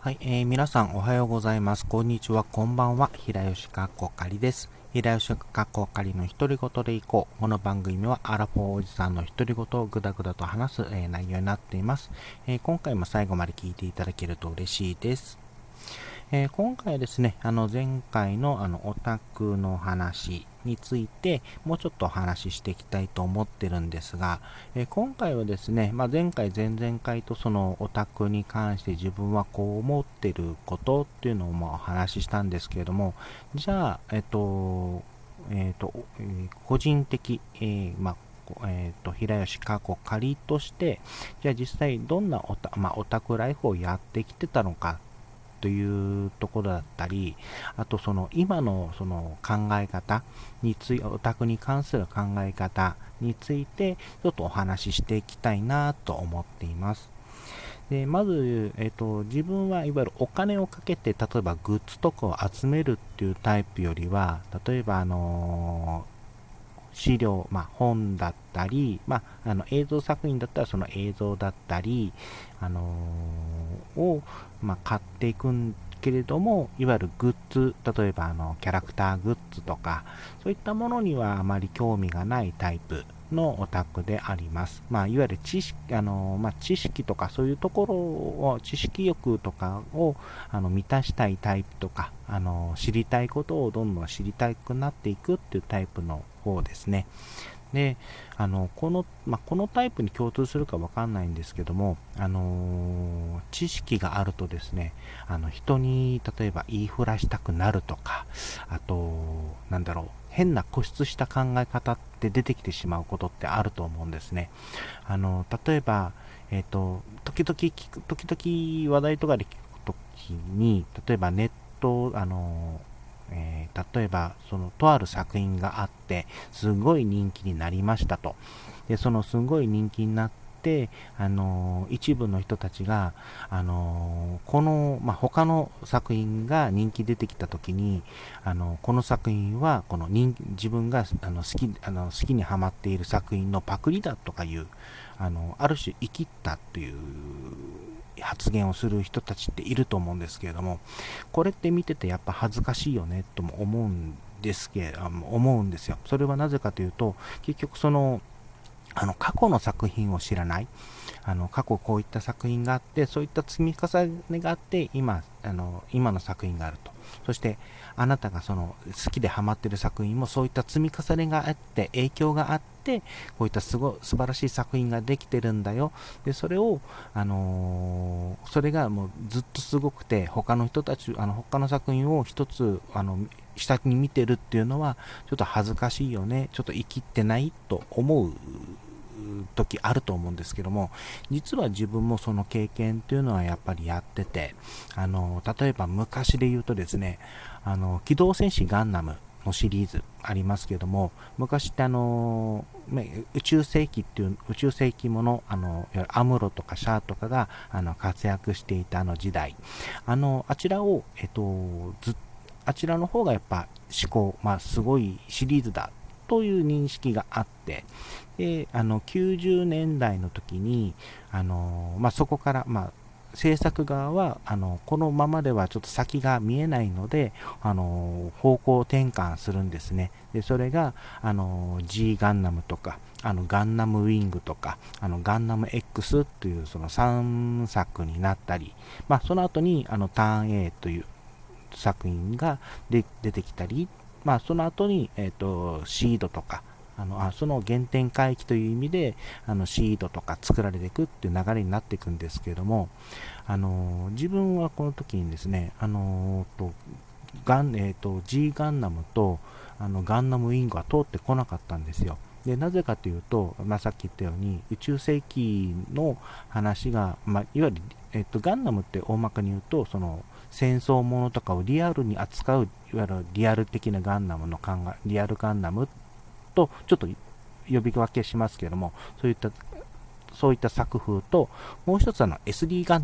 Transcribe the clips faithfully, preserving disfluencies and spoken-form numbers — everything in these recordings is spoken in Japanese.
はい、えー、皆さんおはようございます。こんにちは、こんばんは。平吉かっこかりです。平吉かっこかりの独り言でいこう。この番組はアラフォーおじさんの独り言をぐだぐだと話す、えー内容になっています、えー今回も最後まで聞いていただけると嬉しいです。えー今回はですね、あの前回のあのオタクの話についてもうちょっとお話ししていきたいと思ってるんですが、えー今回はですね、まあ、前回前々回とそのオタクに関して自分はこう思ってることっていうのをまあお話ししたんですけれども、じゃあ、えっと、えっと、えー個人的、えーまあえー、と平吉過去仮として、じゃあ実際どんなオタ,、まあ、オタクライフをやってきてたのかというところだったり、あとその今のその考え方について、オタクに関する考え方についてちょっとお話ししていきたいなと思っています。でまず、えっと、自分はいわゆるお金をかけて例えばグッズとかを集めるっていうタイプよりは、例えばあのー資料、まあ、本だったり、まあ、あの映像作品だったらその映像だったり、あのーを、まあ、買っていくんけれども、いわゆるグッズ、例えばあのキャラクターグッズとか、そういったものにはあまり興味がないタイプのオタクであります。まあ、いわゆる知識、あのまあ、知識とかそういうところを、知識欲とかをあの満たしたいタイプとか、あの知りたいことをどんどん知りたくなっていくっていうタイプの方ですね。で、あのこの、まあ、このタイプに共通するかわかんないんですけども、あのー知識があるとですね、あの人に例えば言いふらしたくなるとか、あと、なんだろう、変な固執した考え方って出てきてしまうことってあると思うんですね。あの例えば、えっ、と、時々聞く、時々話題とかで聞くときに、例えばネット、あのえー例えばそのとある作品があってすごい人気になりましたと。でそのすごい人気になって、あのー一部の人たちが、あのーこの、まあ、他の作品が人気出てきた時に、あのこの作品はこの人自分があの好きあの好きにハマっている作品のパクリだとかいう、あのある種生きったという発言をする人たちっていると思うんですけれども、これって見ててやっぱ恥ずかしいよねとも思うんですけど、思うんですよ。それはなぜかというと、結局その、あの過去の作品を知らない、あの過去こういった作品があって、そういった積み重ねがあって、今あの今の作品があると。そしてあなたがその好きでハマっている作品もそういった積み重ねがあって、影響があって、こういったすご素晴らしい作品ができてるんだよ。でそれを、あのーそれがもうずっとすごくて、他の人たち、あの他の作品を一つあの下に見てるっていうのはちょっと恥ずかしいよね、ちょっと生きってないと思う時あると思うんですけども、実は自分もその経験っていうのはやっぱりやってて、あの例えば昔で言うとですね、あの機動戦士ガンダムのシリーズありますけども、昔ってあの宇宙世紀っていう宇宙世紀もの、あのいわゆるアムロとかシャアとかがあの活躍していたあの時代、あのあちらを、えっと、ずあちらの方がやっぱ思考、まあ、すごいシリーズだという認識があって、であのきゅうじゅうねんだいの時に、あの、まあ、そこから、まあ、制作側はあのこのままではちょっと先が見えないので、あの方向転換するんですね。でそれがあの G ガンダムとか、あのガンダムウィングとか、あのガンダム X というそのさんさくになったり、まあ、その後にあのターン A という作品がで出てきたり、まあ、その後に、えーと、シードとか、あのあその原点回帰という意味であのシードとか作られていくっていう流れになっていくんですけれども、あの自分はこの時にですね、あのとガン、えーと、G ガンダムとあのガンダムウィングは通ってこなかったんですよ。でなぜかというと、まあ、さっき言ったように宇宙世紀の話が、まあ、いわゆる、えーと、ガンダムって大まかに言うとその戦争ものとかをリアルに扱う、いわゆるリアル的なガンダムの考え、リアルガンダムとちょっと呼び分けしますけれども、そういったそういった作風と、もう一つはの エスディー ガンダム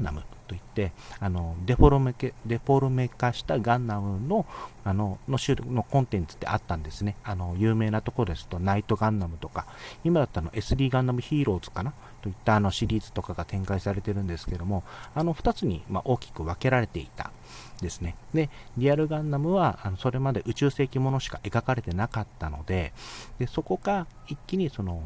といって、あのデフォルメけデフォルメ化したガンダムのあのの種類のコンテンツってあったんですね。あの有名なところですとナイトガンダムとか、今だったの エスディー ガンダムヒーローズかなといったあのシリーズとかが展開されてるんですけども、あのふたつにまあ大きく分けられていたですね。で、リアルガンダムはあのそれまで宇宙世紀ものしか描かれてなかったので、でそこが一気にその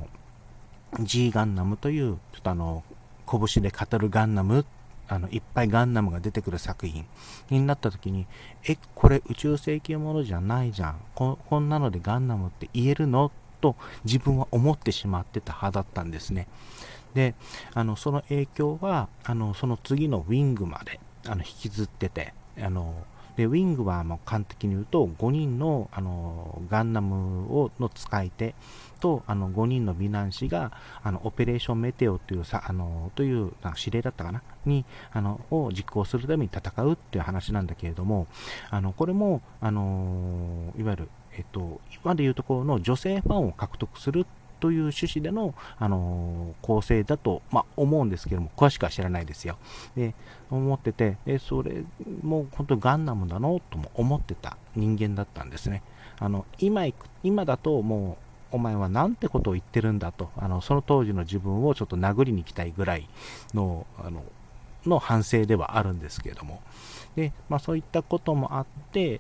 G ガンダムというちょっとあの拳で語るガンダム、あのいっぱいガンダムが出てくる作品になった時に、えこれ宇宙世紀ものじゃないじゃん、 こ, こんなのでガンダムって言えるのと自分は思ってしまってた派だったんですね。で、あのその影響はあのその次のウィングまであの引きずってて、あのでウィングはもう端的に言うとごにんの、あのガンダムをの使い手とあのごにんの美男子があのオペレーションメテオというさあのというなんか指令だったかなにあのを実行するために戦うっていう話なんだけれども、あのこれもあのいわゆるえっと今でいうところの女性ファンを獲得するという趣旨での、あのー構成だと、まあ、思うんですけども、詳しくは知らないですよ。で、思ってて、えそれも本当にガンダムだのとも思ってた人間だったんですね。あの今今だともうお前はなんてことを言ってるんだと、あのその当時の自分をちょっと殴りに行きたいぐらいのあのの反省ではあるんですけれども、で、まあ、そういったこともあって、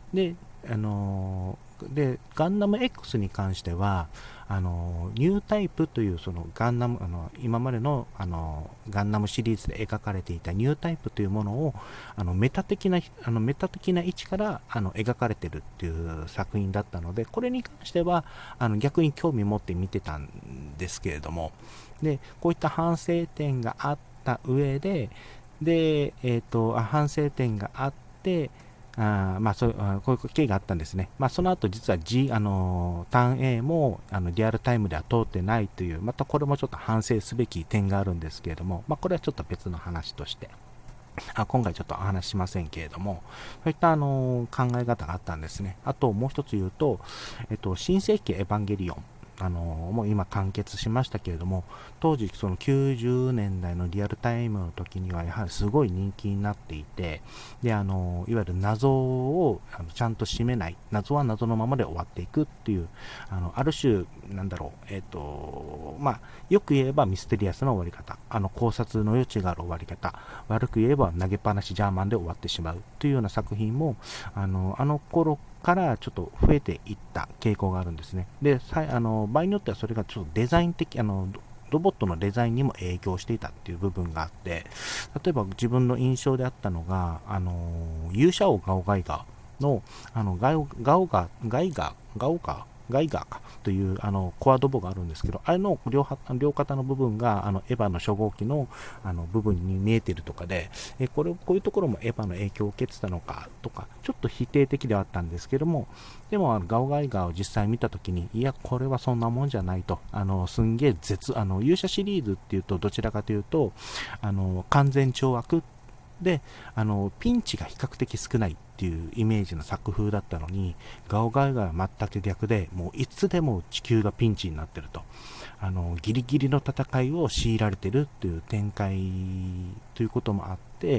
で、あのー、でガンダム X に関してはあのニュータイプというそのガンダムあの今までのあのガンダムシリーズで描かれていたニュータイプというものをあのメタ的なあのメタ的な位置からあの描かれているっていう作品だったので、これに関してはあの逆に興味持って見てたんですけれども、でこういった反省点があった上でで、えーと、反省点があってあまあ、そうあこういう経緯があったんですね。まあ、その後実は、G、あのターン A もあのリアルタイムでは通ってないという、またこれもちょっと反省すべき点があるんですけれども、まあ、これはちょっと別の話としてあ今回ちょっとお話しませんけれども、そういったあの考え方があったんですね。あともう一つ言うと、えっと、新世紀エヴァンゲリオンあのもう今完結しましたけれども、当時そのきゅうじゅうねんだいのリアルタイムの時にはやはりすごい人気になっていて、であのいわゆる謎をあのちゃんと締めない、謎は謎のままで終わっていくっていう、あのある種なんだろう、えっとまあよく言えばミステリアスな終わり方、あの考察の余地がある終わり方、悪く言えば投げっぱなしジャーマンで終わってしまうというような作品もあのあの頃からちょっと増えていった傾向があるんですね。で、さあの場合によってはそれがちょっとデザイン的、あのロボットのデザインにも影響していたっていう部分があって、例えば自分の印象であったのが、あの勇者王ガオガイガーのあのガオガオガガイガーガオガガイガーかというあのコアドボがあるんですけど、あれの 両, 両肩の部分があのエヴァの初号機のあの部分に見えているとかで、えこれこういうところもエヴァの影響を受けてたのかとか、ちょっと否定的ではあったんですけども、でもあのガオガイガーを実際見たときに、いやこれはそんなもんじゃないと、あのすんげえ絶あの勇者シリーズっていうとどちらかというとあの完全懲悪であのピンチが比較的少ないっていうイメージの作風だったのに、ガオガイガーは全く逆で、もういつでも地球がピンチになってると、あのギリギリの戦いを強いられてるっていう展開ということもあって、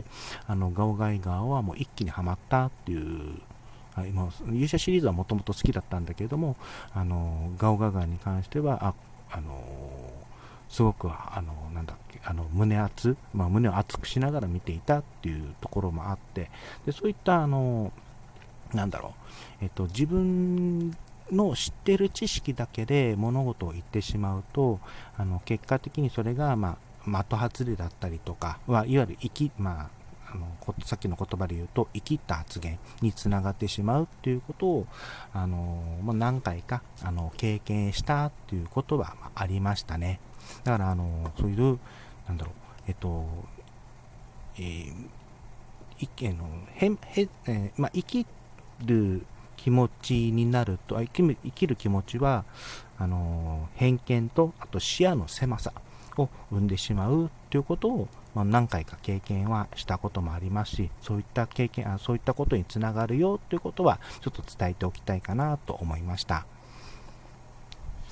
あのガオガイガーはもう一気にはまったっていう、はい、もう勇者シリーズはもともと好きだったんだけれども、あのガオガイガーに関してはああのすごくあのなんだっけあの胸熱、まあ、胸を熱くしながら見ていたっていうところもあって、でそういったあのなんだろう、えっと、自分の知っている知識だけで物事を言ってしまうと、あの結果的にそれが、まあ、的外れだったりとかはいわゆる生き、まあ、あのさっきの言葉で言うと生きった発言につながってしまうということをあの、まあ、何回かあの経験したということはありましたね。だからあのそういうなんだろうえっと、えー、いえのへへ、えーまあ、生きる気持ちになると、生き生きる気持ちはあの偏見とあと視野の狭さを生んでしまうということを、まあ、何回か経験はしたこともありますし、そういった経験あそういったことにつながるよということはちょっと伝えておきたいかなと思いました。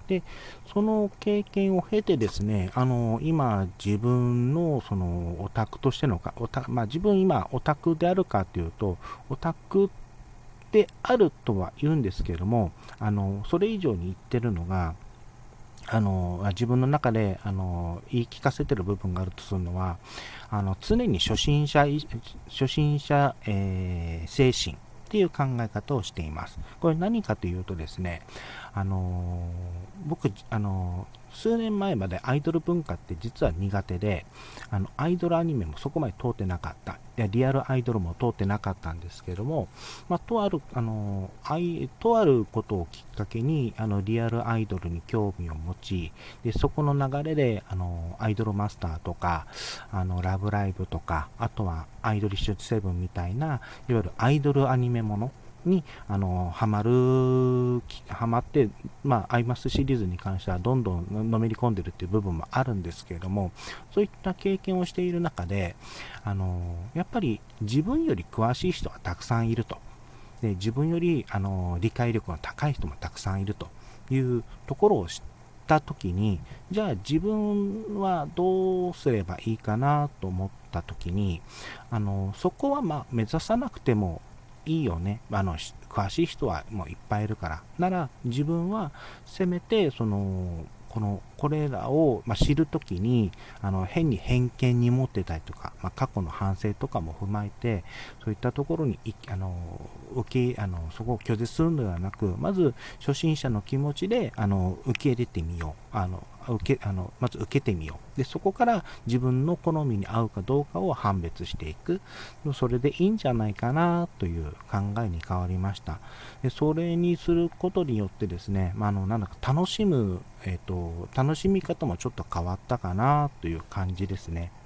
で、その経験を経てですね、あの、今、自分の、その、オタクとしてのか、オタまあ、自分今、オタクであるかというと、オタクであるとは言うんですけれども、あの、それ以上に言ってるのが、あの、自分の中で、あの、言い聞かせてる部分があるとするのは、あの、常に初心者い、初心者、えー精神っていう考え方をしています。これ何かというとですね、あの、僕、あの、数年前までアイドル文化って実は苦手で、あの、アイドルアニメもそこまで通ってなかった。いや、リアルアイドルも通ってなかったんですけども、まあ、とある、あの、アイ、とあることをきっかけに、あの、リアルアイドルに興味を持ち、で、そこの流れで、あの、アイドルマスターとか、あの、ラブライブとか、あとはアイドリッシュセブンみたいな、いわゆるアイドルアニメものに、あの、ハマる、ハマって、まあ、アイマスシリーズに関してはどんどんのめり込んでるっていう部分もあるんですけれども、そういった経験をしている中で、あの、やっぱり自分より詳しい人がたくさんいると。で、自分より、あの、理解力の高い人もたくさんいるというところを知ったときに、じゃあ自分はどうすればいいかなと思ったときに、あの、そこはまあ目指さなくてもいいよね。あの、詳しい人はもういっぱいいるから。なら、自分はせめて、その、この、これらを、まあ、知るときに、あの、変に偏見に持ってたりとか、まあ、過去の反省とかも踏まえて、そういったところに、あの、受け、あの、そこを拒絶するのではなく、まず、初心者の気持ちで、あの、受け入れてみよう。あの、受け、あの、まず受けてみよう。で、そこから自分の好みに合うかどうかを判別していく。それでいいんじゃないかなという考えに変わりました。で、それにすることによってですね、まあ、あの、なんだか楽しむ、えっと、楽しみ方もちょっと変わったかなという感じですね。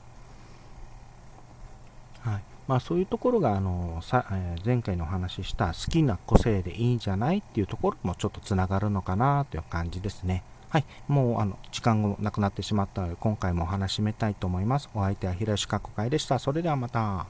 はい。まあ、そういうところが、あの、さ、えー前回のお話しした好きな個性でいいんじゃないっていうところもちょっとつながるのかなという感じですね。はい。もう、あの、時間がなくなってしまったので、今回もお話し締めたいと思います。お相手は平吉かっこかいでした。それではまた。